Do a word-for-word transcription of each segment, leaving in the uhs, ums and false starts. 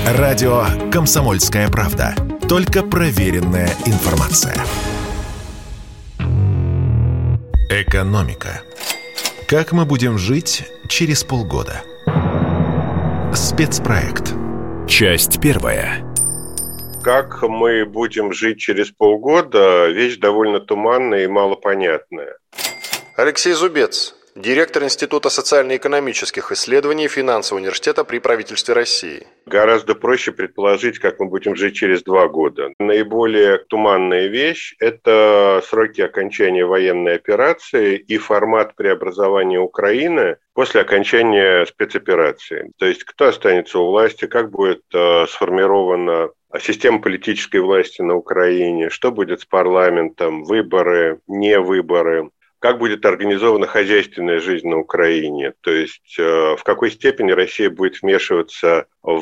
Радио «Комсомольская правда». Только проверенная информация. Экономика. Как мы будем жить через полгода? Спецпроект. Часть первая. Как мы будем жить через полгода – вещь довольно туманная и малопонятная. Алексей Зубец, директор Института социально-экономических исследований Финансового университета при правительстве России. Гораздо проще предположить, как мы будем жить через два года. Наиболее туманная вещь – это сроки окончания военной операции и формат преобразования Украины после окончания спецоперации. То есть, кто останется у власти, как будет э, сформирована система политической власти на Украине, что будет с парламентом, выборы, не выборы. Как будет организована хозяйственная жизнь на Украине? То есть э, в какой степени Россия будет вмешиваться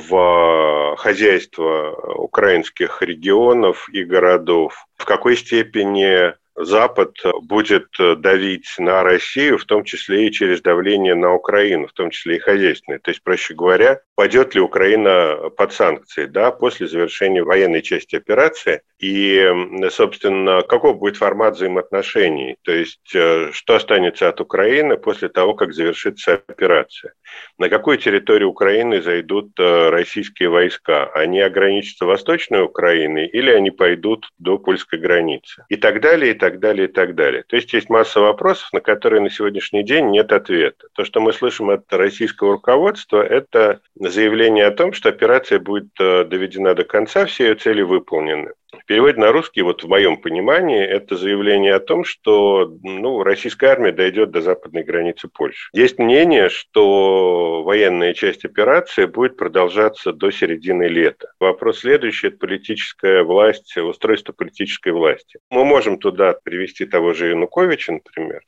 в хозяйство украинских регионов и городов? В какой степени Запад будет давить на Россию, в том числе и через давление на Украину, в том числе и хозяйственное? То есть, проще говоря, пойдет ли Украина под санкции, да, после завершения военной части операции? И, собственно, каков будет формат взаимоотношений? То есть, что останется от Украины после того, как завершится операция? На какую территорию Украины зайдут российские войска? Они ограничатся Восточной Украиной или они пойдут до польской границы? И так далее, и так далее, и так далее. То есть, есть масса вопросов, на которые на сегодняшний день нет ответа. То, что мы слышим от российского руководства, это заявление о том, что операция будет доведена до конца, все ее цели выполнены. В переводе на русский, вот в моем понимании, это заявление о том, что ну, российская армия дойдет до западной границы Польши. Есть мнение, что военная часть операции будет продолжаться до середины лета. Вопрос следующий – это политическая власть, устройство политической власти. Мы можем туда привести того же Януковича, например,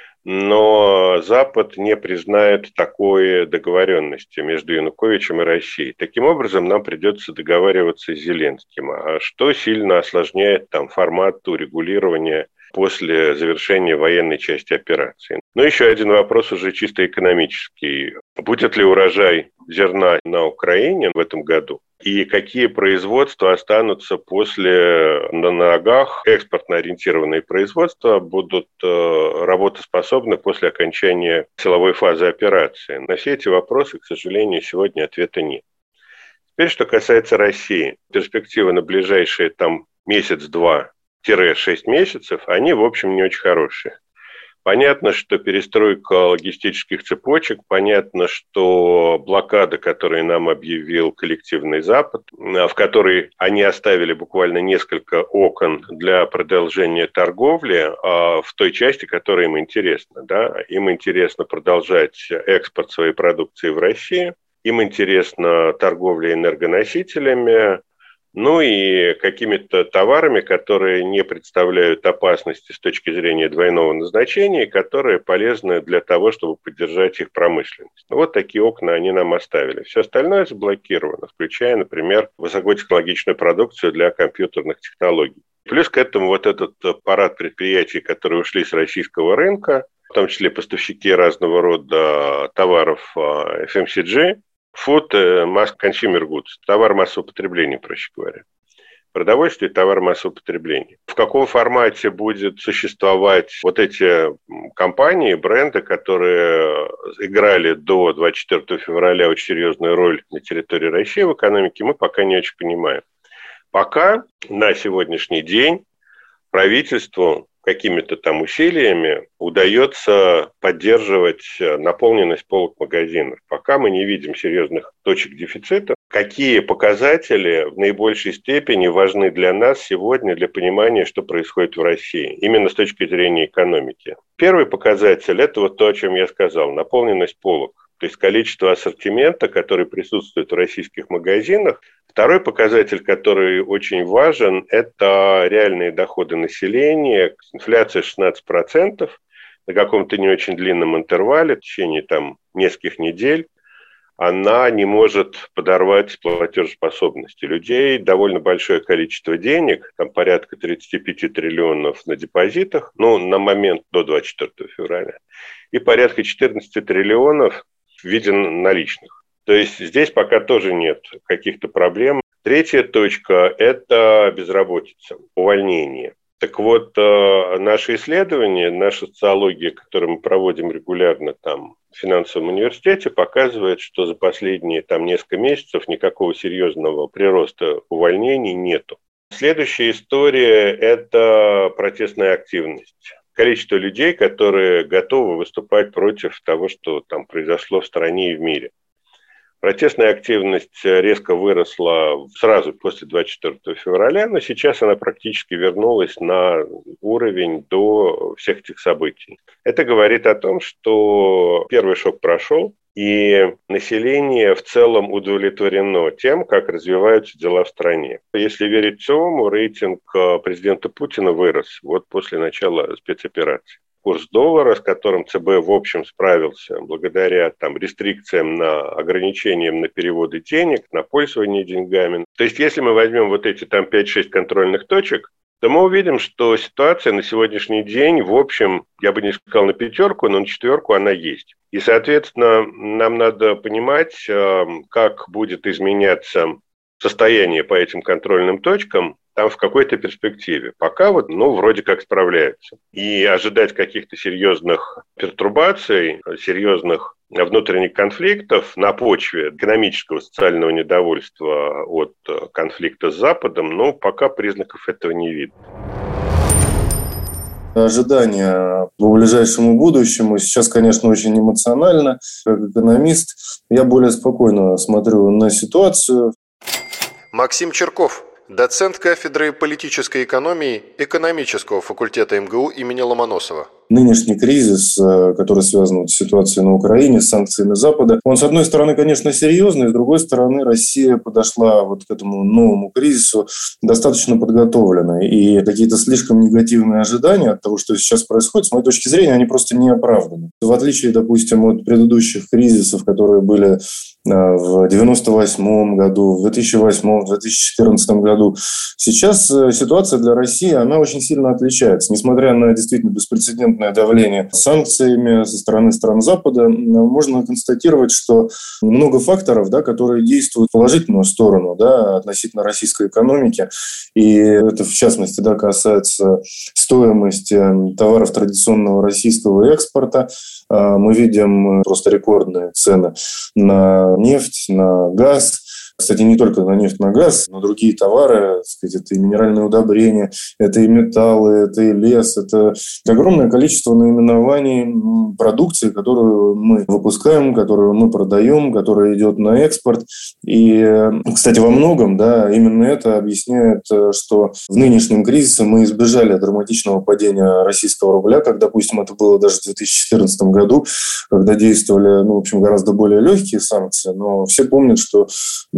но Запад не признает такой договоренности между Януковичем и Россией. Таким образом, нам придется договариваться с Зеленским, а что сильно осложняет там формат урегулирования после завершения военной части операции. Но еще один вопрос уже чисто экономический. Будет ли урожай зерна на Украине в этом году? И какие производства останутся после на ногах, экспортно ориентированные производства будут э, работоспособны после окончания силовой фазы операции? На все эти вопросы, к сожалению, сегодня ответа нет. Теперь, что касается России. Перспективы на ближайшие там месяц-два-шесть месяцев, они, в общем, не очень хорошие. Понятно, что перестройка логистических цепочек, понятно, что блокада, которую нам объявил коллективный Запад, в которой они оставили буквально несколько окон для продолжения торговли в той части, которая им интересна. Да? Им интересно продолжать экспорт своей продукции в Россию, им интересна торговля энергоносителями, ну и какими-то товарами, которые не представляют опасности с точки зрения двойного назначения, и которые полезны для того, чтобы поддержать их промышленность. Вот такие окна они нам оставили. Все остальное заблокировано, включая, например, высокотехнологичную продукцию для компьютерных технологий. Плюс к этому вот этот парад предприятий, которые ушли с российского рынка, в том числе поставщики разного рода товаров эф эм си джи, Food, Mass Consumer Goods, товар массового потребления, проще говоря. Продовольствие – товар массового потребления. В каком формате будет существовать вот эти компании, бренды, которые играли до двадцать четвёртого февраля очень серьезную роль на территории России в экономике, мы пока не очень понимаем. Пока на сегодняшний день правительству какими-то там усилиями удается поддерживать наполненность полок магазинов. Пока мы не видим серьезных точек дефицита. Какие показатели в наибольшей степени важны для нас сегодня для понимания, что происходит в России, именно с точки зрения экономики? Первый показатель – это вот то, о чем я сказал, наполненность полок. То есть количество ассортимента, который присутствует в российских магазинах. Второй показатель, который очень важен, это реальные доходы населения. Инфляция шестнадцать процентов на каком-то не очень длинном интервале, в течение там нескольких недель, она не может подорвать платежеспособность людей. Довольно большое количество денег, там порядка тридцать пять триллионов на депозитах, ну, на момент до двадцать четвёртого февраля, и порядка четырнадцать триллионов в виде наличных. То есть здесь пока тоже нет каких-то проблем. Третья точка – это безработица, увольнение. Так вот, наши исследования, наша социология, которую мы проводим регулярно там в финансовом университете, показывает, что за последние там несколько месяцев никакого серьезного прироста увольнений нету. Следующая история – это протестная активность. Количество людей, которые готовы выступать против того, что там произошло в стране и в мире. Протестная активность резко выросла сразу после двадцать четвёртого февраля, но сейчас она практически вернулась на уровень до всех этих событий. Это говорит о том, что первый шок прошел, и население в целом удовлетворено тем, как развиваются дела в стране. Если верить ЦИОМу, рейтинг президента Путина вырос вот после начала спецоперации. Курс доллара, с которым ЦБ в общем справился благодаря там, рестрикциям на ограничениям на переводы денег, на пользование деньгами. То есть если мы возьмем вот эти там пять-шесть контрольных точек, то мы увидим, что ситуация на сегодняшний день, в общем, я бы не сказал на пятерку, но на четверку она есть. И, соответственно, нам надо понимать, как будет изменяться состояние по этим контрольным точкам там в какой-то перспективе. Пока вот, ну, вроде как справляются. И ожидать каких-то серьезных пертурбаций, серьезных внутренних конфликтов на почве экономического, социального недовольства от конфликта с Западом, ну, пока признаков этого не видно. Ожидания по ближайшему будущему сейчас, конечно, очень эмоционально. Как экономист я более спокойно смотрю на ситуацию. Максим Черков, доцент кафедры политической экономии экономического факультета эм гэ у имени Ломоносова. Нынешний кризис, который связан с ситуацией на Украине, с санкциями Запада, он, с одной стороны, конечно, серьезный, с другой стороны, Россия подошла вот к этому новому кризису достаточно подготовленной. И какие-то слишком негативные ожидания от того, что сейчас происходит, с моей точки зрения, они просто не оправданы. В отличие, допустим, от предыдущих кризисов, которые были в девяносто восьмом году, в две тысячи восьмом, в две тысячи четырнадцатом году, сейчас ситуация для России, она очень сильно отличается. Несмотря на действительно беспрецедентное давление санкциями со стороны стран Запада, можно констатировать, что много факторов, да, которые действуют в положительную сторону, да, относительно российской экономики. И это, в частности, да, касается стоимости товаров традиционного российского экспорта. Мы видим просто рекордные цены на нефть, на газ. Кстати, не только на нефть, на газ, но другие товары, так сказать, это и минеральные удобрения, это и металлы, это и лес, это огромное количество наименований продукции, которую мы выпускаем, которую мы продаем, которая идет на экспорт. И, кстати, во многом, да, именно это объясняет, что в нынешнем кризисе мы избежали драматичного падения российского рубля, как, допустим, это было даже в две тысячи четырнадцатом году, когда действовали, ну, в общем, гораздо более легкие санкции, но все помнят, что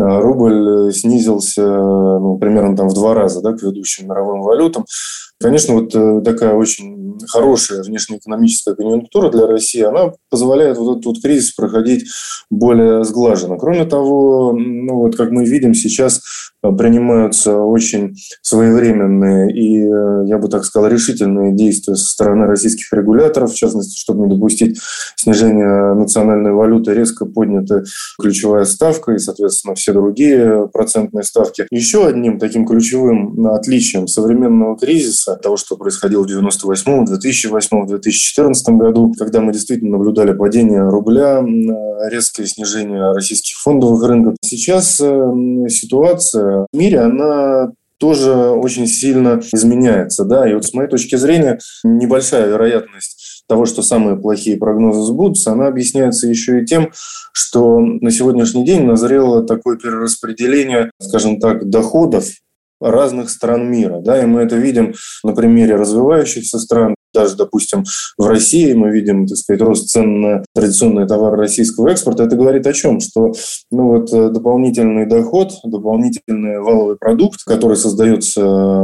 рубль снизился, ну, примерно там в два раза, да, к ведущим мировым валютам. Конечно, вот такая очень хорошая внешнеэкономическая конъюнктура для России, она позволяет вот этот вот кризис проходить более сглаженно. Кроме того, ну, вот как мы видим, сейчас принимаются очень своевременные и, я бы так сказал, решительные действия со стороны российских регуляторов, в частности, чтобы не допустить снижения национальной валюты, резко поднята ключевая ставка и, соответственно, все другие процентные ставки. Еще одним таким ключевым отличием современного кризиса, того, что происходило в девяносто восьмом, две тысячи восьмом, две тысячи четырнадцатом году, когда мы действительно наблюдали падение рубля, резкое снижение российских фондовых рынков. Сейчас ситуация в мире, она тоже очень сильно изменяется. Да? И вот с моей точки зрения, небольшая вероятность того, что самые плохие прогнозы сбудутся, она объясняется еще и тем, что на сегодняшний день назрело такое перераспределение, скажем так, доходов разных стран мира. Да? И мы это видим на примере развивающихся стран. Даже, допустим, в России мы видим, так сказать, рост цен на традиционные товары российского экспорта. Это говорит о чем? Что, ну, вот, дополнительный доход, дополнительный валовый продукт, который создается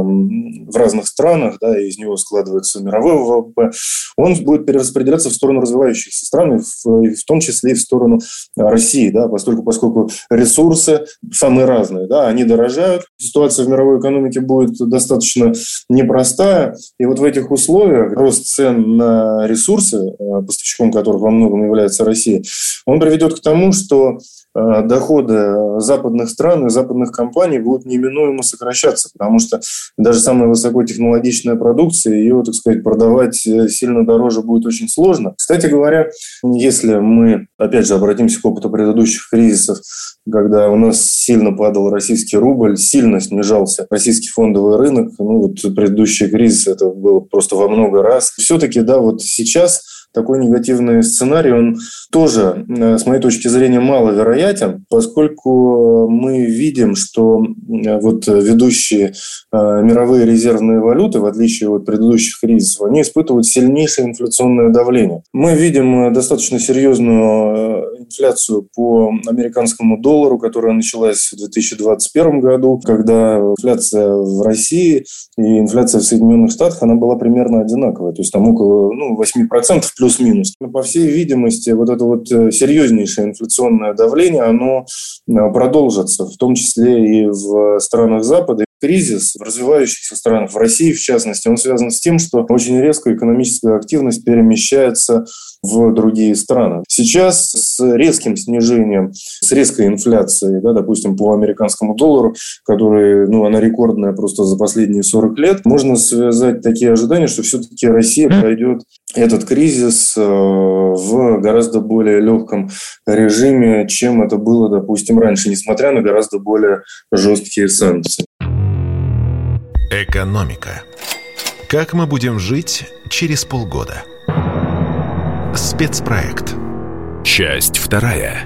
в разных странах, да, и из него складывается мировой вэ вэ пэ, он будет перераспределяться в сторону развивающихся стран, в, в том числе и в сторону России, да, поскольку, поскольку ресурсы самые разные, да, они дорожают, ситуация в мировой экономике будет достаточно непростая, и вот в этих условиях рост цен на ресурсы, поставщиком которых во многом является Россия, он приведет к тому, что доходы западных стран и западных компаний будут неминуемо сокращаться, потому что даже самая высокотехнологичная продукция, ее, так сказать, продавать сильно дороже будет очень сложно. Кстати говоря, если мы, опять же, обратимся к опыту предыдущих кризисов, когда у нас сильно падал российский рубль, сильно снижался российский фондовый рынок, ну вот предыдущий кризис это было просто во много раз. Все-таки, да, вот сейчас такой негативный сценарий, он тоже, с моей точки зрения, маловероятен, поскольку мы видим, что вот ведущие мировые резервные валюты, в отличие от предыдущих кризисов, они испытывают сильнейшее инфляционное давление. Мы видим достаточно серьезную инфляцию по американскому доллару, которая началась в две тысячи двадцать первом году, когда инфляция в России и инфляция в Соединенных Штатах, она была примерно одинаковая, то есть там около ну, восемь процентов плюс-минус. Но, по всей видимости, вот это вот серьезнейшее инфляционное давление, оно продолжится, в том числе и в странах Запада. Кризис в развивающихся странах, в России в частности, он связан с тем, что очень резко экономическая активность перемещается в другие страны. Сейчас с резким снижением, с резкой инфляцией, да, допустим, по американскому доллару, который, ну, она рекордная просто за последние сорок лет, можно связать такие ожидания, что все-таки Россия пройдет этот кризис в гораздо более легком режиме, чем это было, допустим, раньше, несмотря на гораздо более жесткие санкции. Экономика. Как мы будем жить через полгода? Спецпроект. Часть вторая.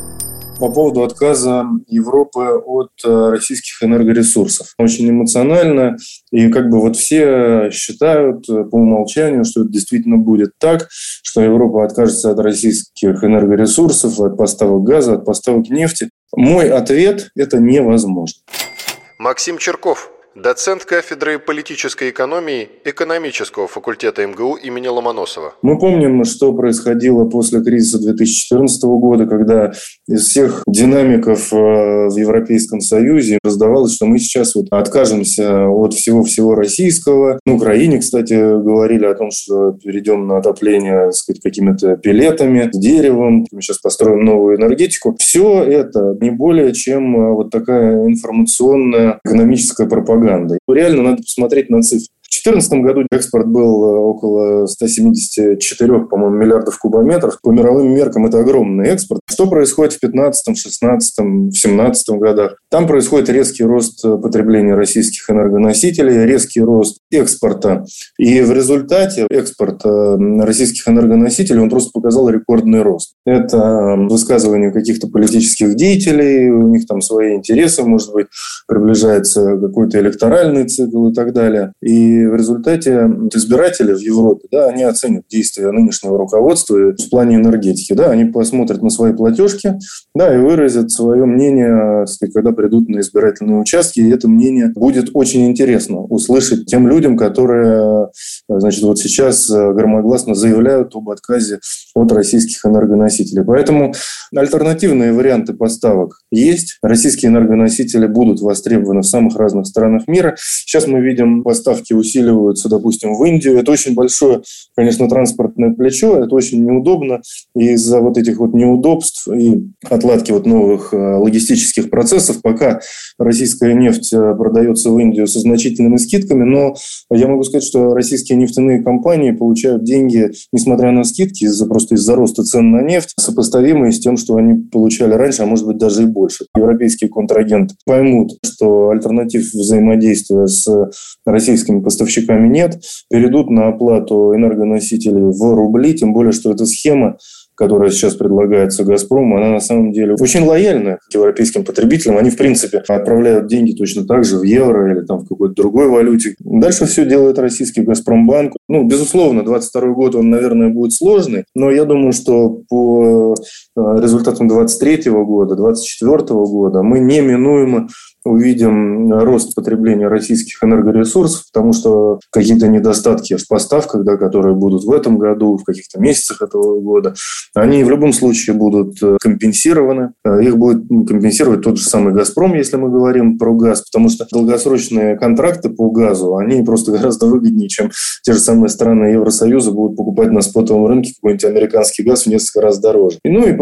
По поводу отказа Европы от российских энергоресурсов. Очень эмоционально. И как бы вот все считают по умолчанию, что это действительно будет так, что Европа откажется от российских энергоресурсов, от поставок газа, от поставок нефти. Мой ответ – это невозможно. Максим Черков, доцент кафедры политической экономии экономического факультета эм гэ у имени Ломоносова. Мы помним, что происходило после кризиса две тысячи четырнадцатого года, когда из всех динамиков в Европейском Союзе раздавалось, что мы сейчас вот откажемся от всего-всего российского. На Украине, кстати, говорили о том, что перейдем на отопление, так сказать, какими-то пеллетами, деревом, мы сейчас построим новую энергетику. Все это не более чем вот такая информационная экономическая пропаганда. Реально надо посмотреть на цифры. В две тысячи четырнадцатом году экспорт был около ста семидесяти четырёх, по-моему, миллиардов кубометров. По мировым меркам это огромный экспорт. Что происходит в пятнадцатом, шестнадцатом, семнадцатом годах? Там происходит резкий рост потребления российских энергоносителей, резкий рост экспорта. И в результате экспорт российских энергоносителей, он просто показал рекордный рост. Это высказывания каких-то политических деятелей, у них там свои интересы, может быть, приближается какой-то электоральный цикл и так далее. И в результате избиратели в Европе, да, они оценят действия нынешнего руководства в плане энергетики. Да, они посмотрят на свои платежки, да, и выразят свое мнение, когда придут на избирательные участки. И это мнение будет очень интересно услышать тем людям, которые, значит, вот сейчас громогласно заявляют об отказе от российских энергоносителей. Поэтому альтернативные варианты поставок есть. Российские энергоносители будут востребованы в самых разных странах мира. Сейчас мы видим, поставки усиливаются, допустим, в Индию. Это очень большое, конечно, транспортное плечо. Это очень неудобно. И из-за вот этих вот неудобств и отладки вот новых логистических процессов, пока российская нефть продается в Индию со значительными скидками, но я могу сказать, что российские нефтяные компании получают деньги, несмотря на скидки, из-за просто из-за роста цен на нефть, сопоставимые с тем, что они получали раньше, а может быть даже и больше. Европейские контрагенты поймут, что альтернатив взаимодействия с российскими поставщиками нет, перейдут на оплату энергоносителей в рубли, тем более, что эта схема, которая сейчас предлагается «Газпрому», она на самом деле очень лояльна к европейским потребителям. Они, в принципе, отправляют деньги точно так же в евро или там в какой-то другой валюте. Дальше все делает российский «Газпромбанк». Ну, безусловно, двадцать второй год, он, наверное, будет сложный, но я думаю, что по результатам двадцать третьего года, двадцать четвёртого года мы неминуемо увидим рост потребления российских энергоресурсов, потому что какие-то недостатки в поставках, да, которые будут в этом году, в каких-то месяцах этого года, они в любом случае будут компенсированы. Их будет компенсировать тот же самый «Газпром», если мы говорим про газ, потому что долгосрочные контракты по газу, они просто гораздо выгоднее, чем те же самые страны Евросоюза будут покупать на спотовом рынке какой-нибудь американский газ в несколько раз дороже. Ну и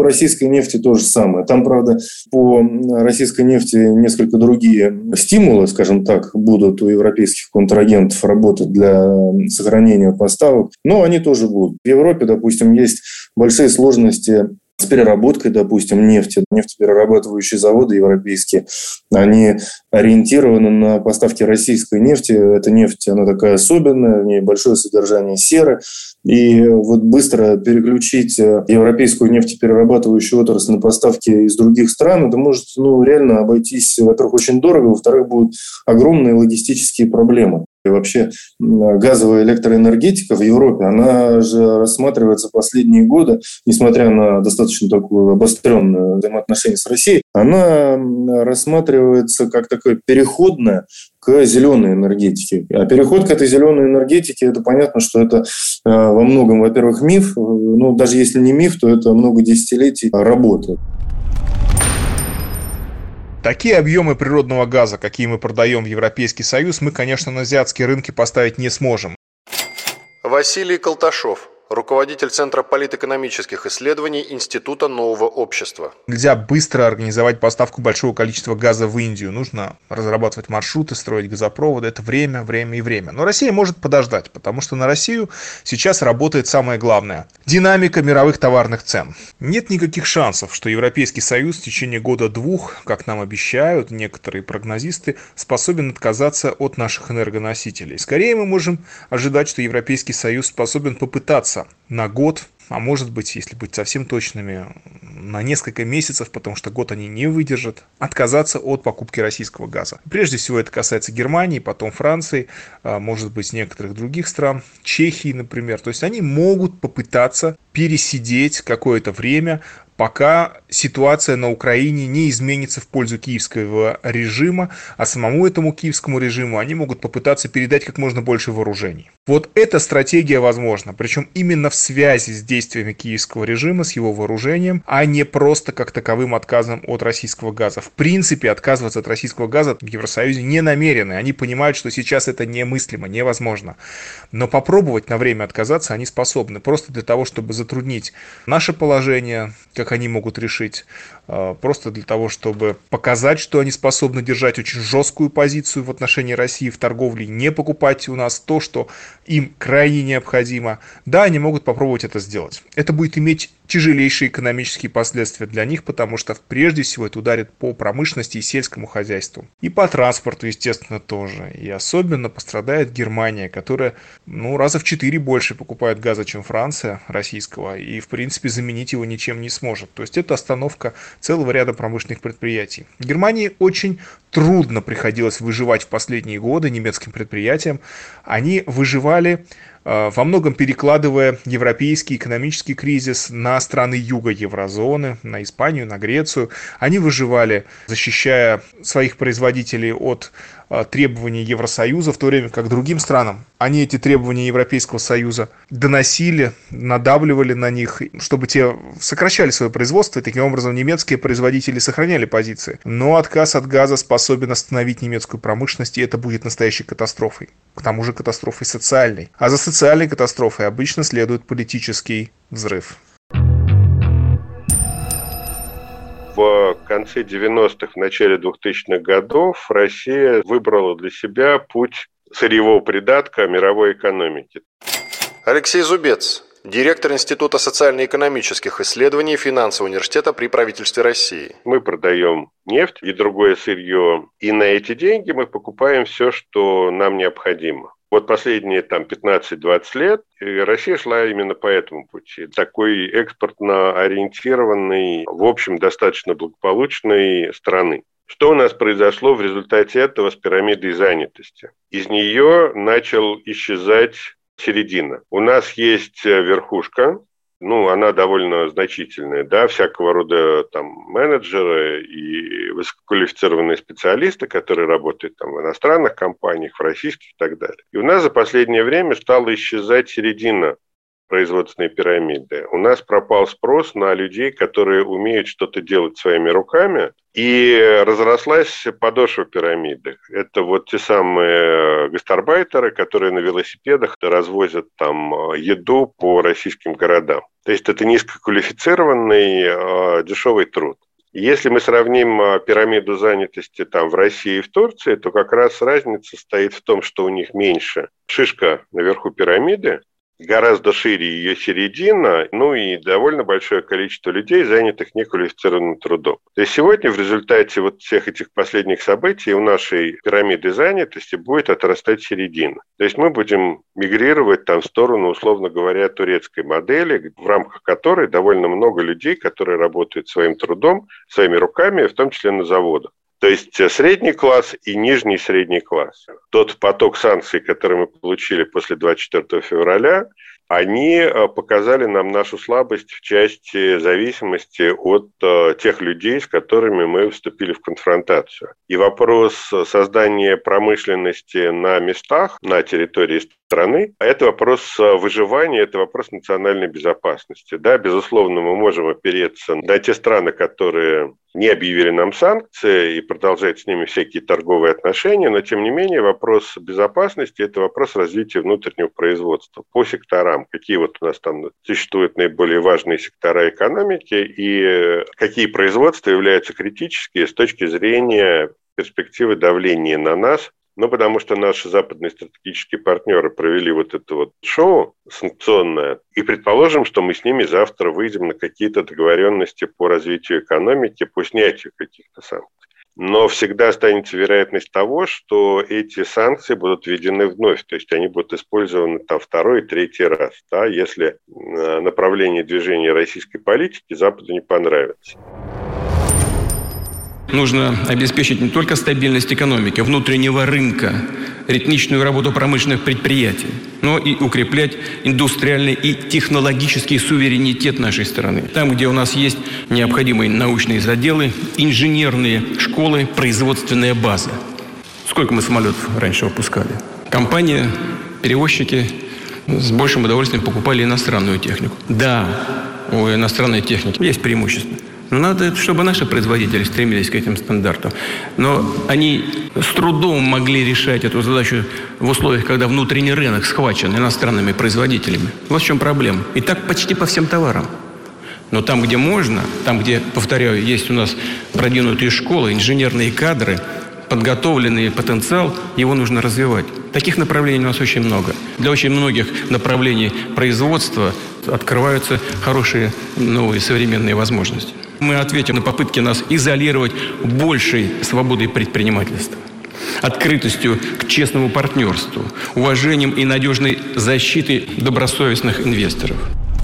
по российской нефти то же самое. Там, правда, по российской нефти несколько другие стимулы, скажем так, будут у европейских контрагентов работать для сохранения поставок, но они тоже будут. В Европе, допустим, есть большие сложности с переработкой, допустим, нефти. Нефтеперерабатывающие заводы европейские, они ориентированы на поставки российской нефти. Эта нефть, она такая особенная, в ней большое содержание серы. И вот быстро переключить европейскую нефтеперерабатывающую отрасль на поставки из других стран, это может ну, реально обойтись, во-первых, очень дорого, во-вторых, будут огромные логистические проблемы. И вообще газовая электроэнергетика в Европе, она же рассматривается последние годы, несмотря на достаточно такую обостренную взаимоотношение с Россией, она рассматривается как такое переходное к зеленой энергетике. А переход к этой зеленой энергетике, это понятно, что это во многом, во-первых, миф. Ну, даже если не миф, то это много десятилетий работы. Такие объемы природного газа, какие мы продаем в Европейский Союз, мы, конечно, на азиатские рынки поставить не сможем. Василий Колташов, руководитель Центра политэкономических исследований Института нового общества. Нельзя быстро организовать поставку большого количества газа в Индию. Нужно разрабатывать маршруты, строить газопроводы. Это время, время и время. Но Россия может подождать, потому что на Россию сейчас работает самое главное – динамика мировых товарных цен. Нет никаких шансов, что Европейский Союз в течение года-двух, как нам обещают некоторые прогнозисты, способен отказаться от наших энергоносителей. Скорее мы можем ожидать, что Европейский Союз способен попытаться на год, а может быть, если быть совсем точными, на несколько месяцев, потому что год они не выдержат, отказаться от покупки российского газа. Прежде всего это касается Германии, потом Франции, может быть, некоторых других стран, Чехии, например. То есть они могут попытаться пересидеть какое-то время, пока ситуация на Украине не изменится в пользу киевского режима, а самому этому киевскому режиму они могут попытаться передать как можно больше вооружений. Вот эта стратегия возможна, причем именно в связи с действиями киевского режима, с его вооружением, а не просто как таковым отказом от российского газа. В принципе, отказываться от российского газа в Евросоюзе не намерены. Они понимают, что сейчас это немыслимо, невозможно. Но попробовать на время отказаться они способны, просто для того, чтобы затруднить наше положение, как они могут решить, просто для того, чтобы показать, что они способны держать очень жесткую позицию в отношении России в торговле, не покупать у нас то, что им крайне необходимо. Да, они могут попробовать это сделать. Это будет иметь тяжелейшие экономические последствия для них, потому что прежде всего это ударит по промышленности и сельскому хозяйству. И по транспорту, естественно, тоже. И особенно пострадает Германия, которая ну, раза в четыре больше покупает газа, чем Франция российского, и, в принципе, заменить его ничем не сможет. То есть это остановка целого ряда промышленных предприятий. Германии очень трудно приходилось выживать в последние годы немецким предприятиям. Они выживали во многом перекладывая европейский экономический кризис на страны юга еврозоны, на Испанию, на Грецию. Они выживали, защищая своих производителей от требований Евросоюза, в то время как другим странам они эти требования Европейского Союза доносили, надавливали на них, чтобы те сокращали свое производство, и таким образом немецкие производители сохраняли позиции. Но отказ от газа способен остановить немецкую промышленность, и это будет настоящей катастрофой. К тому же катастрофой социальной. А за социальной катастрофой обычно следует политический взрыв. В конце девяностых, в начале двухтысячных годов Россия выбрала для себя путь сырьевого придатка мировой экономики. Алексей Зубец, директор Института социально-экономических исследований Финансового университета при правительстве России. Мы продаем нефть и другое сырье, и на эти деньги мы покупаем все, что нам необходимо. Вот последние там пятнадцать-двадцать лет Россия шла именно по этому пути. Такой экспортно ориентированной, в общем, достаточно благополучной страны. Что у нас произошло в результате этого с пирамидой занятости? Из нее начал исчезать середина. У нас есть верхушка, ну, она довольно значительная, да, всякого рода там менеджеры и высококвалифицированные специалисты, которые работают там в иностранных компаниях, в российских и так далее. И у нас за последнее время стала исчезать середина производственные пирамиды, у нас пропал спрос на людей, которые умеют что-то делать своими руками, и разрослась подошва пирамиды. Это вот те самые гастарбайтеры, которые на велосипедах развозят там еду по российским городам. То есть это низкоквалифицированный дешевый труд. Если мы сравним пирамиду занятости там в России и в Турции, то как раз разница стоит в том, что у них меньше шишка наверху пирамиды, гораздо шире ее середина, ну и довольно большое количество людей, занятых неквалифицированным трудом. То есть сегодня в результате вот всех этих последних событий у нашей пирамиды занятости будет отрастать середина. То есть мы будем мигрировать там в сторону, условно говоря, турецкой модели, в рамках которой довольно много людей, которые работают своим трудом, своими руками, в том числе на заводах. То есть средний класс и нижний средний класс. Тот поток санкций, который мы получили после двадцать четвёртого февраля, они показали нам нашу слабость в части зависимости от тех людей, с которыми мы вступили в конфронтацию. И вопрос создания промышленности на местах, на территории страны, это вопрос выживания, это вопрос национальной безопасности. Да, безусловно, мы можем опереться на те страны, которые не объявили нам санкции и продолжать с ними всякие торговые отношения, но, тем не менее, вопрос безопасности – это вопрос развития внутреннего производства по секторам. Какие вот у нас там существуют наиболее важные сектора экономики и какие производства являются критическими с точки зрения перспективы давления на нас. Ну, потому что наши западные стратегические партнеры провели вот это вот шоу санкционное, и предположим, что мы с ними завтра выйдем на какие-то договоренности по развитию экономики, по снятию каких-то санкций. Но всегда останется вероятность того, что эти санкции будут введены вновь, то есть они будут использованы там второй и третий раз, да, если направление движения российской политики Западу не понравится. Нужно обеспечить не только стабильность экономики, внутреннего рынка, ритмичную работу промышленных предприятий, но и укреплять индустриальный и технологический суверенитет нашей страны. Там, где у нас есть необходимые научные заделы, инженерные школы, производственная база. Сколько мы самолетов раньше выпускали? Компании, перевозчики с большим удовольствием покупали иностранную технику. Да, у иностранной техники есть преимущества. Но надо, чтобы наши производители стремились к этим стандартам. Но они с трудом могли решать эту задачу в условиях, когда внутренний рынок схвачен иностранными производителями. Вот в чем проблема. И так почти по всем товарам. Но там, где можно, там, где, повторяю, есть у нас продвинутые школы, инженерные кадры, подготовленный потенциал, его нужно развивать. Таких направлений у нас очень много. Для очень многих направлений производства открываются хорошие новые современные возможности. Мы ответим на попытки нас изолировать большей свободой предпринимательства, открытостью к честному партнерству, уважением и надежной защитой добросовестных инвесторов.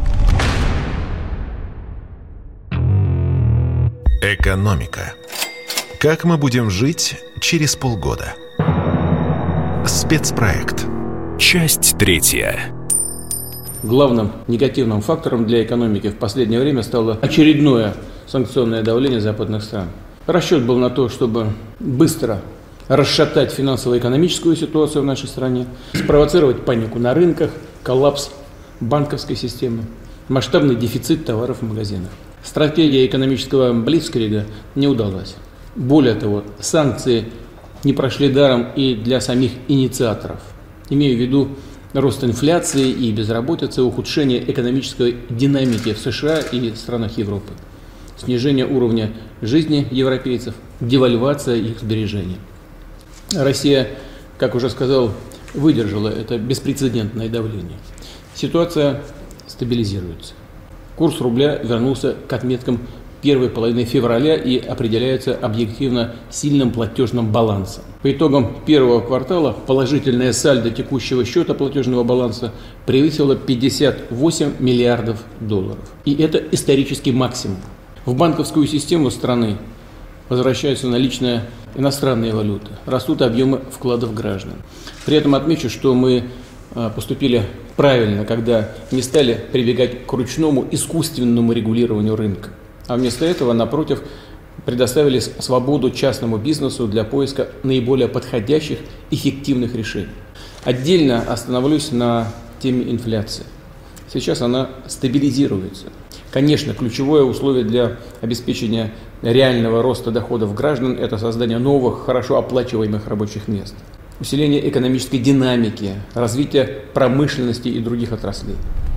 Экономика. Как мы будем жить через полгода? Спецпроект. Часть третья. Главным негативным фактором для экономики в последнее время стало очередное санкционное давление западных стран. Расчет был на то, чтобы быстро расшатать финансово-экономическую ситуацию в нашей стране, спровоцировать панику на рынках, коллапс банковской системы, масштабный дефицит товаров в магазинах. Стратегия экономического блицкрига не удалась. Более того, санкции не прошли даром и для самих инициаторов. Имею в виду рост инфляции и безработицы, ухудшение экономической динамики в США и странах Европы, снижение уровня жизни европейцев, девальвация их сбережений. Россия, как уже сказал, выдержала это беспрецедентное давление. Ситуация стабилизируется. Курс рубля вернулся к отметкам первой половины февраля и определяется объективно сильным платежным балансом. По итогам первого квартала положительное сальдо текущего счета платежного баланса превысило пятьдесят восемь миллиардов долларов. И это исторический максимум. В банковскую систему страны возвращается наличная иностранная валюта, растут объемы вкладов граждан. При этом отмечу, что мы поступили правильно, когда не стали прибегать к ручному искусственному регулированию рынка. А вместо этого, напротив, предоставили свободу частному бизнесу для поиска наиболее подходящих, эффективных решений. Отдельно остановлюсь на теме инфляции. Сейчас она стабилизируется. Конечно, ключевое условие для обеспечения реального роста доходов граждан – это создание новых, хорошо оплачиваемых рабочих мест, усиление экономической динамики, развитие промышленности и других отраслей.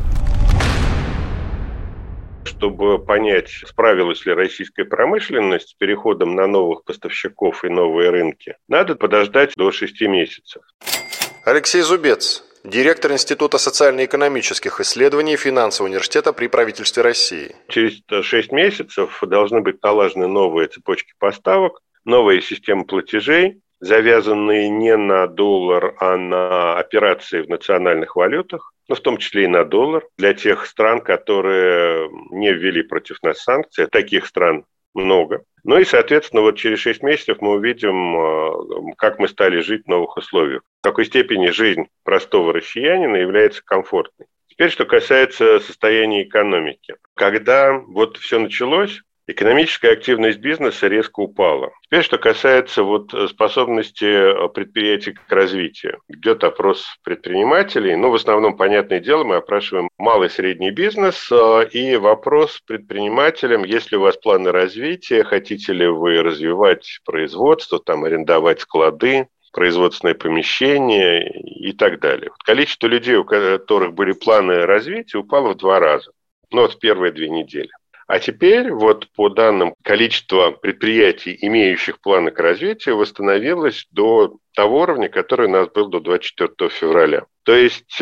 Чтобы понять, справилась ли российская промышленность с переходом на новых поставщиков и новые рынки, надо подождать до шести месяцев. Алексей Зубец, директор Института социально-экономических исследований Финансового университета при правительстве России. Через шесть месяцев должны быть налажены новые цепочки поставок, новые системы платежей, завязанные не на доллар, а на операции в национальных валютах, ну, в том числе и на доллар, для тех стран, которые не ввели против нас санкции. Таких стран много. Ну и, соответственно, вот через шесть месяцев мы увидим, как мы стали жить в новых условиях. В какой степени жизнь простого россиянина является комфортной. Теперь, что касается состояния экономики. Когда вот все началось, экономическая активность бизнеса резко упала. Теперь, что касается вот способности предприятий к развитию. Идет опрос предпринимателей. Ну, в основном, понятное дело, мы опрашиваем малый и средний бизнес. И вопрос предпринимателям, есть ли у вас планы развития, хотите ли вы развивать производство, там, арендовать склады, производственные помещения и так далее. Вот количество людей, у которых были планы развития, упало в два раза. Ну, вот в первые две недели. А теперь, вот по данным, количество предприятий, имеющих планы к развитию, восстановилось до того уровня, который у нас был до двадцать четвёртого февраля. То есть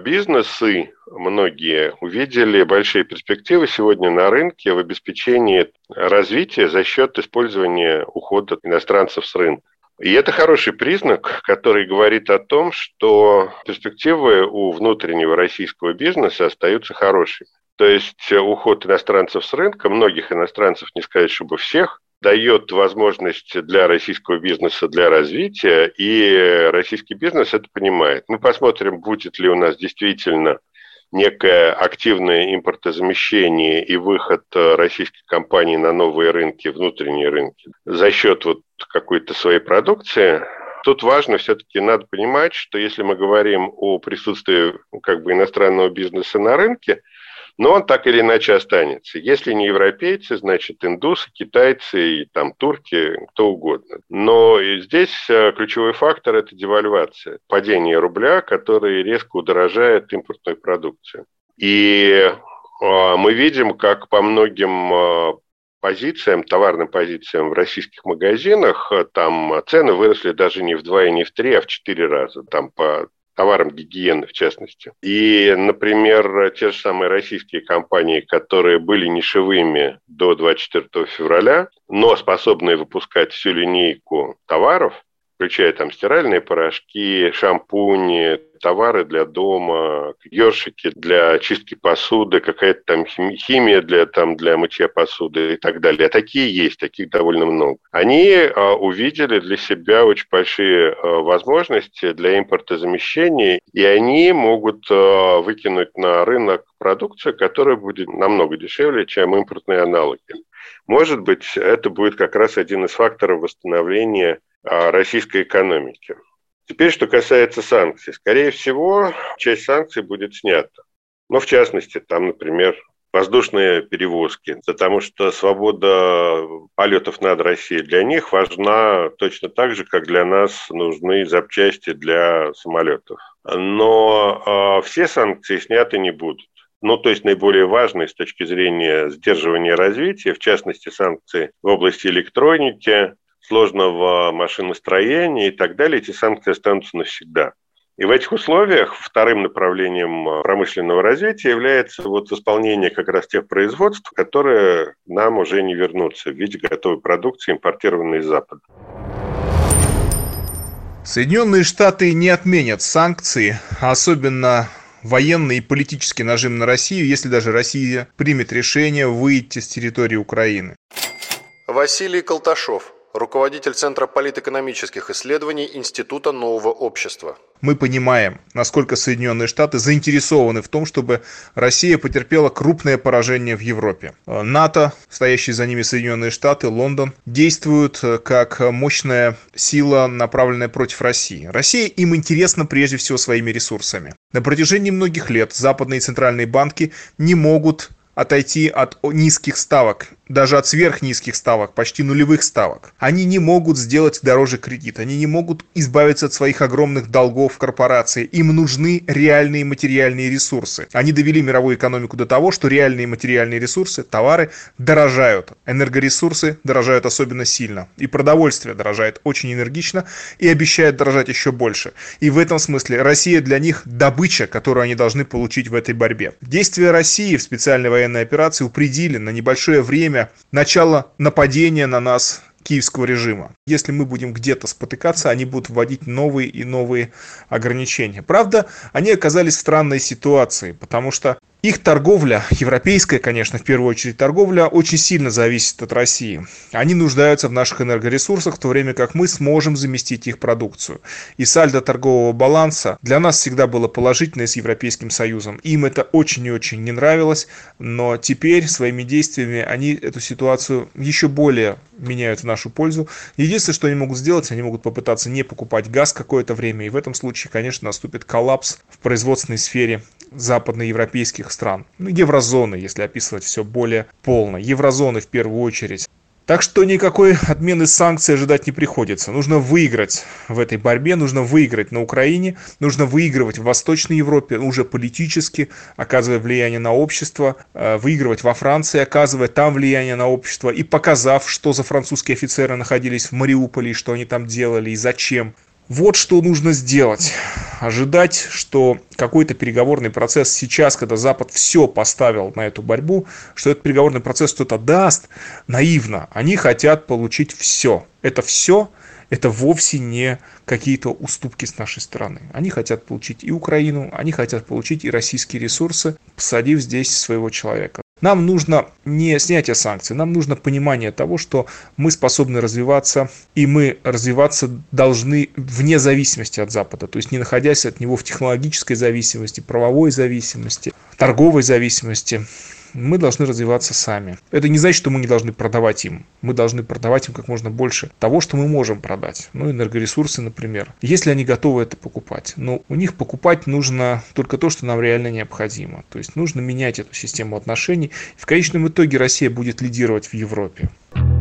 бизнесы многие увидели большие перспективы сегодня на рынке в обеспечении развития за счет использования ухода иностранцев с рынка. И это хороший признак, который говорит о том, что перспективы у внутреннего российского бизнеса остаются хорошими. То есть уход иностранцев с рынка, многих иностранцев, не сказать, чтобы всех, дает возможность для российского бизнеса для развития, и российский бизнес это понимает. Мы посмотрим, будет ли у нас действительно некое активное импортозамещение и выход российских компаний на новые рынки, внутренние рынки, за счет вот какой-то своей продукции. Тут важно, все-таки надо понимать, что если мы говорим о присутствии как бы иностранного бизнеса на рынке, но он так или иначе останется. Если не европейцы, значит индусы, китайцы, и там турки, кто угодно. Но здесь ключевой фактор – это девальвация, падение рубля, который резко удорожает импортную продукцию. И мы видим, как по многим позициям, товарным позициям в российских магазинах, там цены выросли даже не в два и не в три, а в четыре раза. Там по товарам гигиены, в частности. И, например, те же самые российские компании, которые были нишевыми до двадцать четвёртого февраля, но способные выпускать всю линейку товаров, включая там стиральные порошки, шампуни, товары для дома, ёршики для чистки посуды, какая-то там химия для, там, для мытья посуды и так далее. А такие есть, таких довольно много. Они а, увидели для себя очень большие а, возможности для импортозамещения, и они могут а, выкинуть на рынок продукцию, которая будет намного дешевле, чем импортные аналоги. Может быть, это будет как раз один из факторов восстановления а, российской экономики. Теперь, что касается санкций. Скорее всего, часть санкций будет снята. Но, в частности, там, например, воздушные перевозки. Потому что свобода полетов над Россией для них важна точно так же, как для нас нужны запчасти для самолетов. Но э, все санкции сняты не будут. Ну, то есть наиболее важные с точки зрения сдерживания развития, в частности, санкции в области электроники, сложного машиностроения и так далее, эти санкции останутся навсегда. И в этих условиях вторым направлением промышленного развития является вот восполнение как раз тех производств, которые нам уже не вернутся в виде готовой продукции, импортированной из Запада. Соединенные Штаты не отменят санкции, особенно военный и политический нажим на Россию, если даже Россия примет решение выйти с территории Украины. Василий Колташов, руководитель Центра политэкономических исследований Института нового общества. Мы понимаем, насколько Соединенные Штаты заинтересованы в том, чтобы Россия потерпела крупное поражение в Европе. НАТО, стоящие за ними Соединенные Штаты, Лондон, действуют как мощная сила, направленная против России. Россия им интересна прежде всего своими ресурсами. На протяжении многих лет западные и центральные банки не могут отойти от низких ставок, даже от сверхнизких ставок, почти нулевых ставок. Они не могут сделать дороже кредит, они не могут избавиться от своих огромных долгов в корпорации. Им нужны реальные материальные ресурсы. Они довели мировую экономику до того, что реальные материальные ресурсы, товары дорожают. Энергоресурсы дорожают особенно сильно. И продовольствие дорожает очень энергично и обещает дорожать еще больше. И в этом смысле Россия для них добыча, которую они должны получить в этой борьбе. Действия России в специальной военной операции упредили на небольшое время начало нападения на нас киевского режима. Если мы будем где-то спотыкаться, они будут вводить новые и новые ограничения. Правда, они оказались в странной ситуации, потому что их торговля, европейская, конечно, в первую очередь торговля, очень сильно зависит от России. Они нуждаются в наших энергоресурсах, в то время как мы сможем заместить их продукцию. И сальдо торгового баланса для нас всегда было положительное с Европейским Союзом. Им это очень и очень не нравилось, но теперь своими действиями они эту ситуацию еще более меняют в нашу пользу. Единственное, что они могут сделать, они могут попытаться не покупать газ какое-то время, и в этом случае, конечно, наступит коллапс в производственной сфере западноевропейских стран. Ну, еврозоны, если описывать все более полно. Еврозоны в первую очередь. Так что никакой отмены санкций ожидать не приходится. Нужно выиграть в этой борьбе, нужно выиграть на Украине, нужно выигрывать в Восточной Европе, уже политически, оказывая влияние на общество, выигрывать во Франции, оказывая там влияние на общество и показав, что за французские офицеры находились в Мариуполе, и что они там делали и зачем. Вот что нужно сделать. Ожидать, что какой-то переговорный процесс сейчас, когда Запад все поставил на эту борьбу, что этот переговорный процесс что-то даст, наивно. Они хотят получить все. Это все, это вовсе не какие-то уступки с нашей стороны. Они хотят получить и Украину, они хотят получить и российские ресурсы, посадив здесь своего человека. Нам нужно не снятие санкций, нам нужно понимание того, что мы способны развиваться, и мы развиваться должны вне зависимости от Запада, то есть не находясь от него в технологической зависимости, правовой зависимости, торговой зависимости. Мы должны развиваться сами. Это не значит, что мы не должны продавать им. Мы должны продавать им как можно больше того, что мы можем продать. Ну, энергоресурсы, например. Если они готовы это покупать. Но у них покупать нужно только то, что нам реально необходимо. То есть нужно менять эту систему отношений. В конечном итоге Россия будет лидировать в Европе.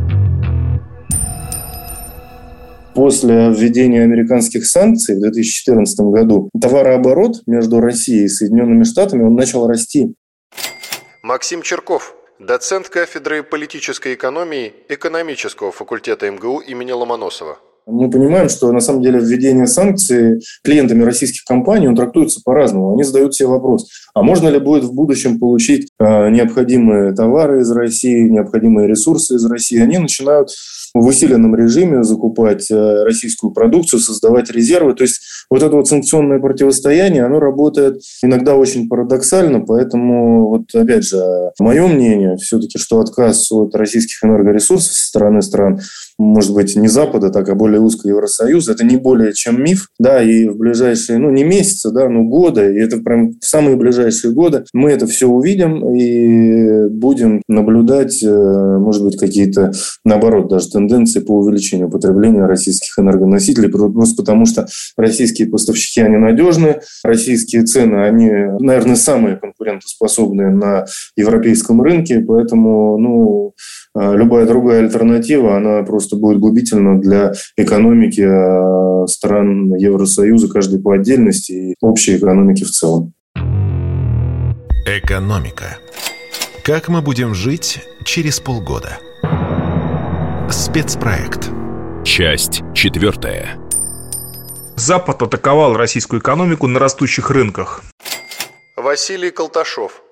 После введения американских санкций в две тысячи четырнадцатом году товарооборот между Россией и Соединенными Штатами он начал расти. Максим Черков, доцент кафедры политической экономии экономического факультета эм гэ у имени Ломоносова. Мы понимаем, что на самом деле введение санкций клиентами российских компаний он трактуется по-разному. Они задают себе вопрос, а можно ли будет в будущем получить э, необходимые товары из России, необходимые ресурсы из России. Они начинают в усиленном режиме закупать э, российскую продукцию, создавать резервы. То есть вот это вот санкционное противостояние, оно работает иногда очень парадоксально. Поэтому, вот опять же, мое мнение все-таки, что отказ от российских энергоресурсов со стороны стран, может быть, не Запада, так, а более узкого Евросоюза, это не более чем миф, да, и в ближайшие, ну, не месяцы, да, но годы, и это прям в самые ближайшие годы мы это все увидим и будем наблюдать, может быть, какие-то, наоборот, даже тенденции по увеличению потребления российских энергоносителей, просто потому что российские поставщики, они надежны, российские цены, они, наверное, самые конкурентоспособные на европейском рынке, поэтому, ну, любая другая альтернатива, она просто будет губительна для экономики стран Евросоюза, каждой по отдельности, и общей экономики в целом. Экономика. Как мы будем жить через полгода? Спецпроект. Часть четвертая. Запад атаковал российскую экономику на растущих рынках. Василий Колташов,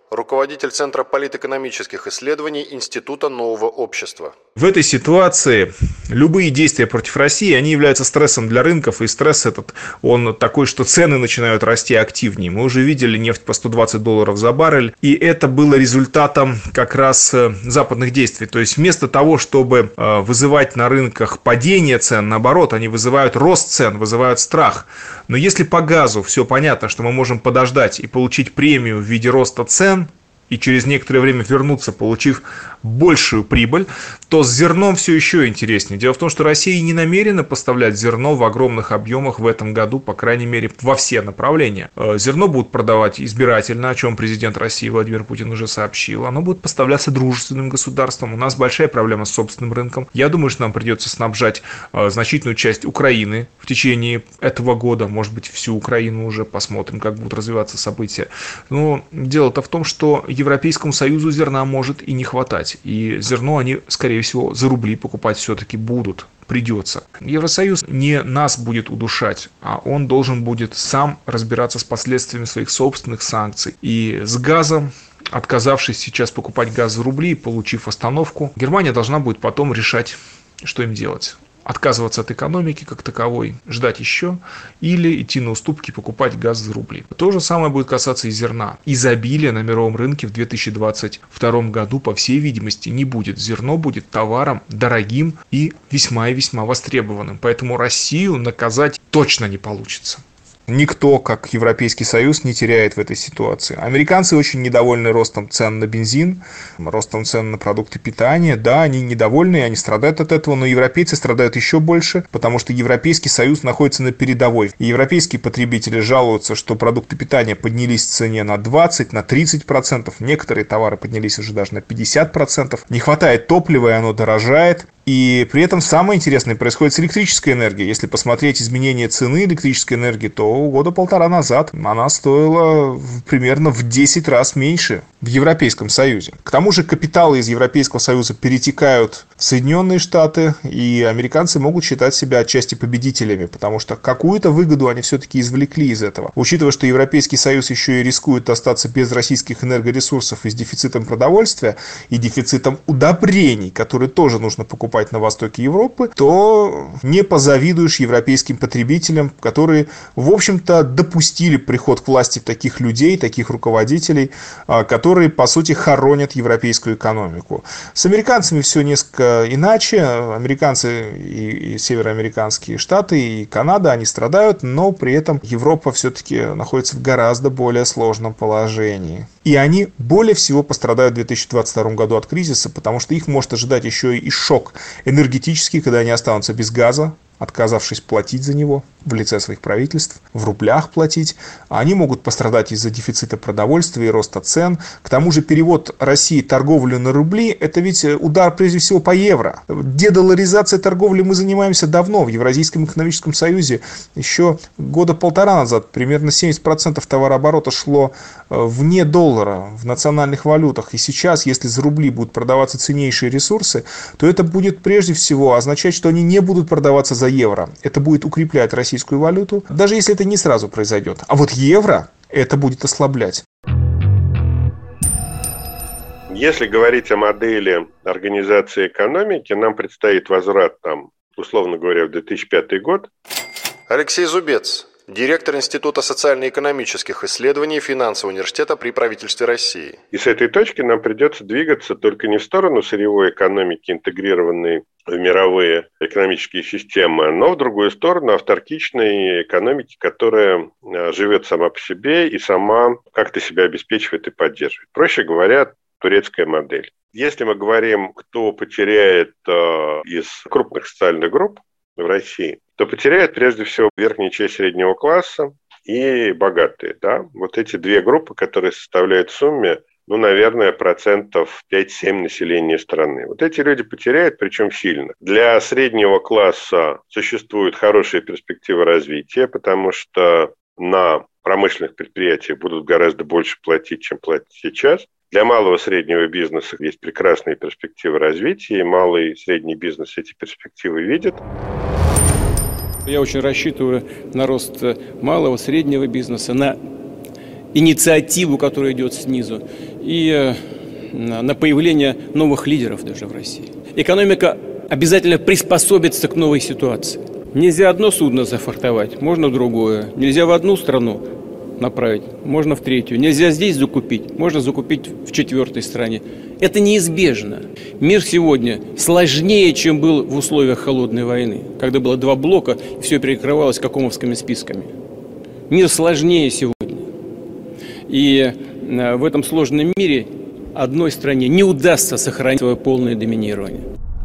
руководитель Центра политэкономических исследований Института нового общества. В этой ситуации любые действия против России, они являются стрессом для рынков, и стресс этот, он такой, что цены начинают расти активнее. Мы уже видели нефть по сто двадцать долларов за баррель, и это было результатом как раз западных действий. То есть вместо того, чтобы вызывать на рынках падение цен, наоборот, они вызывают рост цен, вызывают страх. Но если по газу все понятно, что мы можем подождать и получить премию в виде роста цен, и через некоторое время вернуться, получив большую прибыль, то с зерном все еще интереснее. Дело в том, что Россия не намерена поставлять зерно в огромных объемах в этом году, по крайней мере, во все направления. Зерно будут продавать избирательно, о чем президент России Владимир Путин уже сообщил. Оно будет поставляться дружественным государством. У нас большая проблема с собственным рынком. Я думаю, что нам придется снабжать значительную часть Украины в течение этого года, может быть, всю Украину уже, посмотрим, как будут развиваться события. Но дело-то в том, что Европейскому Союзу зерна может и не хватать. И зерно они, скорее всего, за рубли покупать все-таки будут. Придется. Евросоюз не нас будет удушать, а он должен будет сам разбираться с последствиями своих собственных санкций. И с газом, отказавшись сейчас покупать газ за рубли, получив остановку, Германия должна будет потом решать, что им делать. Отказываться от экономики как таковой, ждать еще, или идти на уступки, покупать газ за рубли. То же самое будет касаться и зерна. Изобилия на мировом рынке в две тысячи двадцать втором году, по всей видимости, не будет. Зерно будет товаром дорогим и весьма и весьма востребованным. Поэтому Россию наказать точно не получится. Никто, как Европейский Союз, не теряет в этой ситуации. Американцы очень недовольны ростом цен на бензин, ростом цен на продукты питания. Да, они недовольны, они страдают от этого, но европейцы страдают еще больше, потому что Европейский Союз находится на передовой. И европейские потребители жалуются, что продукты питания поднялись в цене на двадцать, на тридцать процентов. Некоторые товары поднялись уже даже на пятьдесят процентов. Не хватает топлива, и оно дорожает. И при этом самое интересное происходит с электрической энергией. Если посмотреть изменение цены электрической энергии, то года полтора назад она стоила примерно в десять раз меньше в Европейском Союзе. К тому же капиталы из Европейского Союза перетекают в Соединенные Штаты, и американцы могут считать себя отчасти победителями, потому что какую-то выгоду они все-таки извлекли из этого. Учитывая, что Европейский Союз еще и рискует остаться без российских энергоресурсов и с дефицитом продовольствия, и дефицитом удобрений, которые тоже нужно покупать на востоке Европы, то не позавидуешь европейским потребителям, которые, в общем-то, допустили приход к власти таких людей, таких руководителей, которые, по сути, хоронят европейскую экономику. С американцами все несколько иначе. Американцы и, и североамериканские штаты, и Канада, они страдают, но при этом Европа все-таки находится в гораздо более сложном положении. И они более всего пострадают в две тысячи двадцать втором году от кризиса, потому что их может ожидать еще и шок энергетический, когда они останутся без газа, отказавшись платить за него в лице своих правительств, в рублях платить. Они могут пострадать из-за дефицита продовольствия и роста цен. К тому же перевод России торговли на рубли – это ведь удар прежде всего по евро. Дедоларизацией торговли мы занимаемся давно. В Евразийском экономическом союзе еще года полтора назад примерно семьдесят процентов товарооборота шло вне доллара, в национальных валютах. И сейчас, если за рубли будут продаваться ценнейшие ресурсы, то это будет прежде всего означать, что они не будут продаваться за евро. Это будет укреплять российскую валюту, даже если это не сразу произойдет. А вот евро это будет ослаблять. Если говорить о модели организации экономики, нам предстоит возврат, там, условно говоря, в две тысячи пятый год. Алексей Зубец, директор Института социально-экономических исследований Финансового университета при правительстве России. И с этой точки нам придется двигаться только не в сторону сырьевой экономики, интегрированной в мировые экономические системы, но в другую сторону авторитарной экономики, которая живет сама по себе и сама как-то себя обеспечивает и поддерживает. Проще говоря, турецкая модель. Если мы говорим, кто потеряет э, из крупных социальных групп в России, то потеряет прежде всего верхняя часть среднего класса и богатые. Да? Вот эти две группы, которые составляют в сумме, ну, наверное, процентов пять-семь населения страны. Вот эти люди потеряют, причем сильно. Для среднего класса существуют хорошие перспективы развития, потому что на промышленных предприятиях будут гораздо больше платить, чем платят сейчас. Для малого и среднего бизнеса есть прекрасные перспективы развития, и малый и средний бизнес эти перспективы видят. Я очень рассчитываю на рост малого, среднего бизнеса, на инициативу, которая идет снизу. и на появление новых лидеров даже в России. Экономика обязательно приспособится к новой ситуации. Нельзя одно судно зафрахтовать, можно другое. Нельзя в одну страну направить, можно в третью. Нельзя здесь закупить, можно закупить в четвертой стране. Это неизбежно. Мир сегодня сложнее, чем был в условиях холодной войны, когда было два блока, и все перекрывалось какомовскими списками. Мир сложнее сегодня. И в этом сложном мире одной стране не удастся сохранить свое полное доминирование.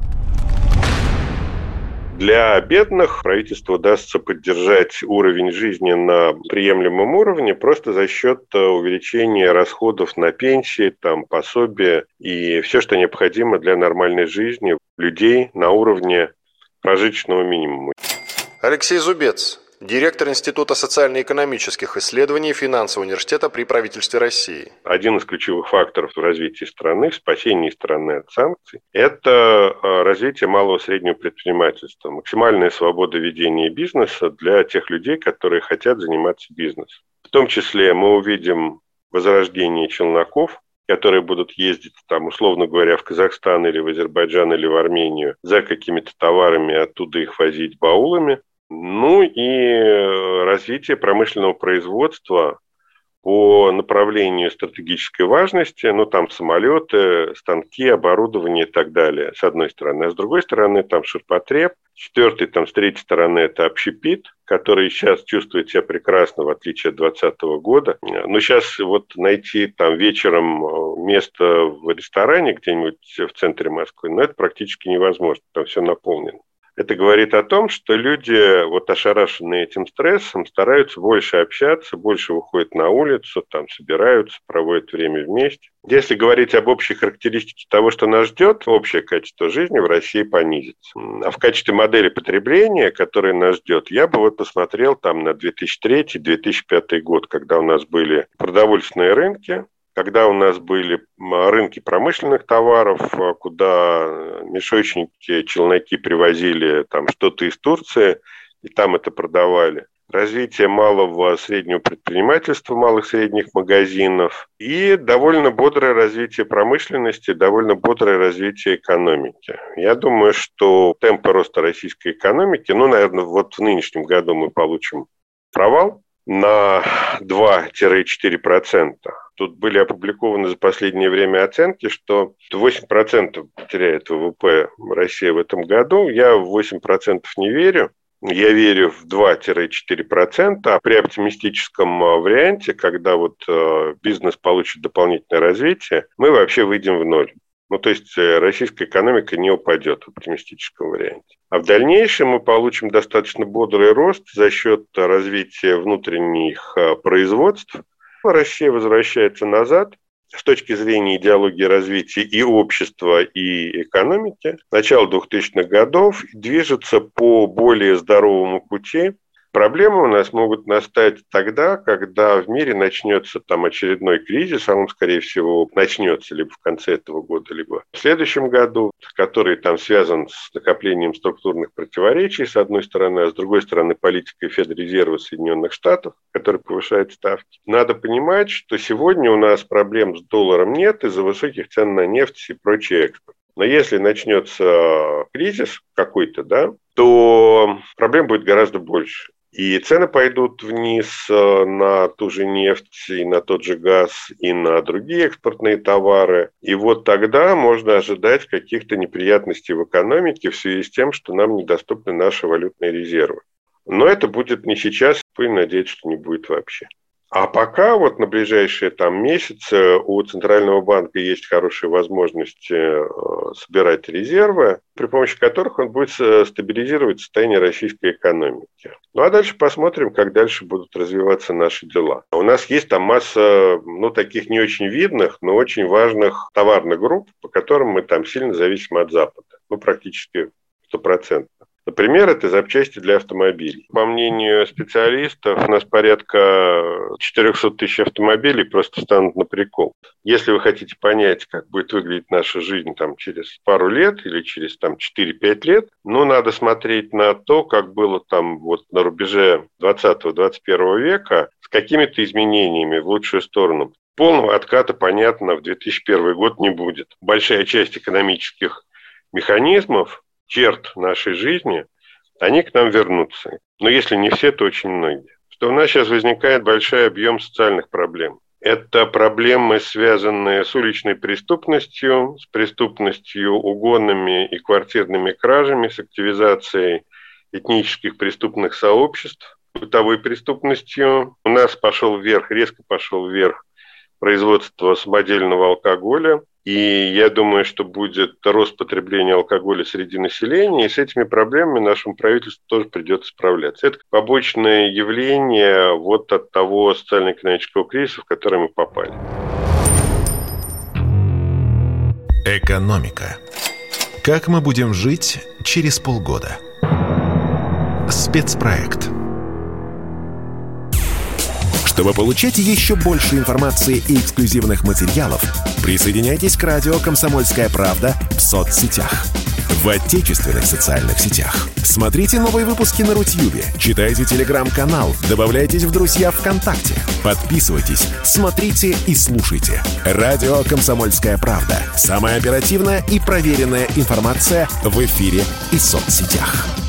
Для бедных правительству удастся поддержать уровень жизни на приемлемом уровне просто за счет увеличения расходов на пенсии, там, пособия и все, что необходимо для нормальной жизни людей на уровне прожиточного минимума. Алексей Зубец, директор Института социально-экономических исследований Финансового университета при правительстве России. Один из ключевых факторов в развитии страны, в спасении страны от санкций, это развитие малого и среднего предпринимательства, максимальная свобода ведения бизнеса для тех людей, которые хотят заниматься бизнесом. В том числе мы увидим возрождение челноков, которые будут ездить, там, условно говоря, в Казахстан или в Азербайджан или в Армению за какими-то товарами, оттуда их возить баулами. Ну и развитие промышленного производства по направлению стратегической важности, ну там самолеты, станки, оборудование и так далее, с одной стороны. А с другой стороны там ширпотреб. Четвертый, там с третьей стороны это общепит, который сейчас чувствует себя прекрасно, в отличие от двадцатого года. Но сейчас вот найти там вечером место в ресторане где-нибудь в центре Москвы, ну это практически невозможно, там все наполнено. Это говорит о том, что люди, вот ошарашенные этим стрессом, стараются больше общаться, больше выходят на улицу, там собираются, проводят время вместе. Если говорить об общей характеристике того, что нас ждет, общее качество жизни в России понизится. А в качестве модели потребления, которая нас ждет, я бы вот посмотрел там на две тысячи третий - две тысячи пятый год, когда у нас были продовольственные рынки, когда у нас были рынки промышленных товаров, куда мешочники, челноки привозили там что-то из Турции, и там это продавали. Развитие малого среднего предпринимательства, малых средних магазинов и довольно бодрое развитие промышленности, довольно бодрое развитие экономики. Я думаю, что темпы роста российской экономики, ну, наверное, вот в нынешнем году мы получим провал на два-четыре процента. Тут были опубликованы за последнее время оценки, что восемь процентов потеряет ВВП Россия в этом году. Я в восемь процентов не верю. Я верю в два-четыре процента, а при оптимистическом варианте, когда вот бизнес получит дополнительное развитие, мы вообще выйдем в ноль. Ну, то есть российская экономика не упадет в оптимистическом варианте. А в дальнейшем мы получим достаточно бодрый рост за счет развития внутренних производств. Россия возвращается назад с точки зрения идеологии развития и общества, и экономики. Начало двухтысячных годов движется по более здоровому пути. Проблемы у нас могут настать тогда, когда в мире начнется там очередной кризис, а он, скорее всего, начнется либо в конце этого года, либо в следующем году, который там связан с накоплением структурных противоречий, с одной стороны, а с другой стороны, политикой Федрезерва Соединенных Штатов, который повышает ставки. Надо понимать, что сегодня у нас проблем с долларом нет из-за высоких цен на нефть и прочий экспорт. Но если начнется кризис какой-то, да, то проблем будет гораздо больше. И цены пойдут вниз на ту же нефть, и на тот же газ, и на другие экспортные товары. И вот тогда можно ожидать каких-то неприятностей в экономике в связи с тем, что нам недоступны наши валютные резервы. Но это будет не сейчас, будем надеяться, что не будет вообще. А пока вот на ближайшие там месяцы у Центрального банка есть хорошие возможности собирать резервы, при помощи которых он будет стабилизировать состояние российской экономики. Ну а дальше посмотрим, как дальше будут развиваться наши дела. У нас есть там масса, ну, таких не очень видных, но очень важных товарных групп, по которым мы там сильно зависим от Запада. Ну, практически стопроцентно. Например, это запчасти для автомобилей. По мнению специалистов, у нас порядка четыреста тысяч автомобилей просто станут на прикол. Если вы хотите понять, как будет выглядеть наша жизнь там, через пару лет или через там, четыре-пять лет, ну, надо смотреть на то, как было там вот на рубеже двадцатого-двадцать первого века, с какими-то изменениями в лучшую сторону. Полного отката, понятно, в две тысячи первый год не будет. Большая часть экономических механизмов, черт нашей жизни, они к нам вернутся. Но если не все, то очень многие. Что у нас сейчас возникает большой объем социальных проблем. Это проблемы, связанные с уличной преступностью, с преступностью, угонами и квартирными кражами, с активизацией этнических преступных сообществ, бытовой преступностью. У нас пошел вверх, резко пошел вверх производство самодельного алкоголя. И я думаю, что будет рост потребления алкоголя среди населения, и с этими проблемами нашему правительству тоже придется справляться. Это побочное явление вот от того социально-экономического кризиса, в который мы попали. Экономика. Как мы будем жить через полгода? Спецпроект. Чтобы получать еще больше информации и эксклюзивных материалов, присоединяйтесь к радио «Комсомольская правда» в соцсетях. В отечественных социальных сетях. Смотрите новые выпуски на Рутьюбе, читайте телеграм-канал, добавляйтесь в друзья ВКонтакте, подписывайтесь, смотрите и слушайте. Радио «Комсомольская правда». Самая оперативная и проверенная информация в эфире и соцсетях.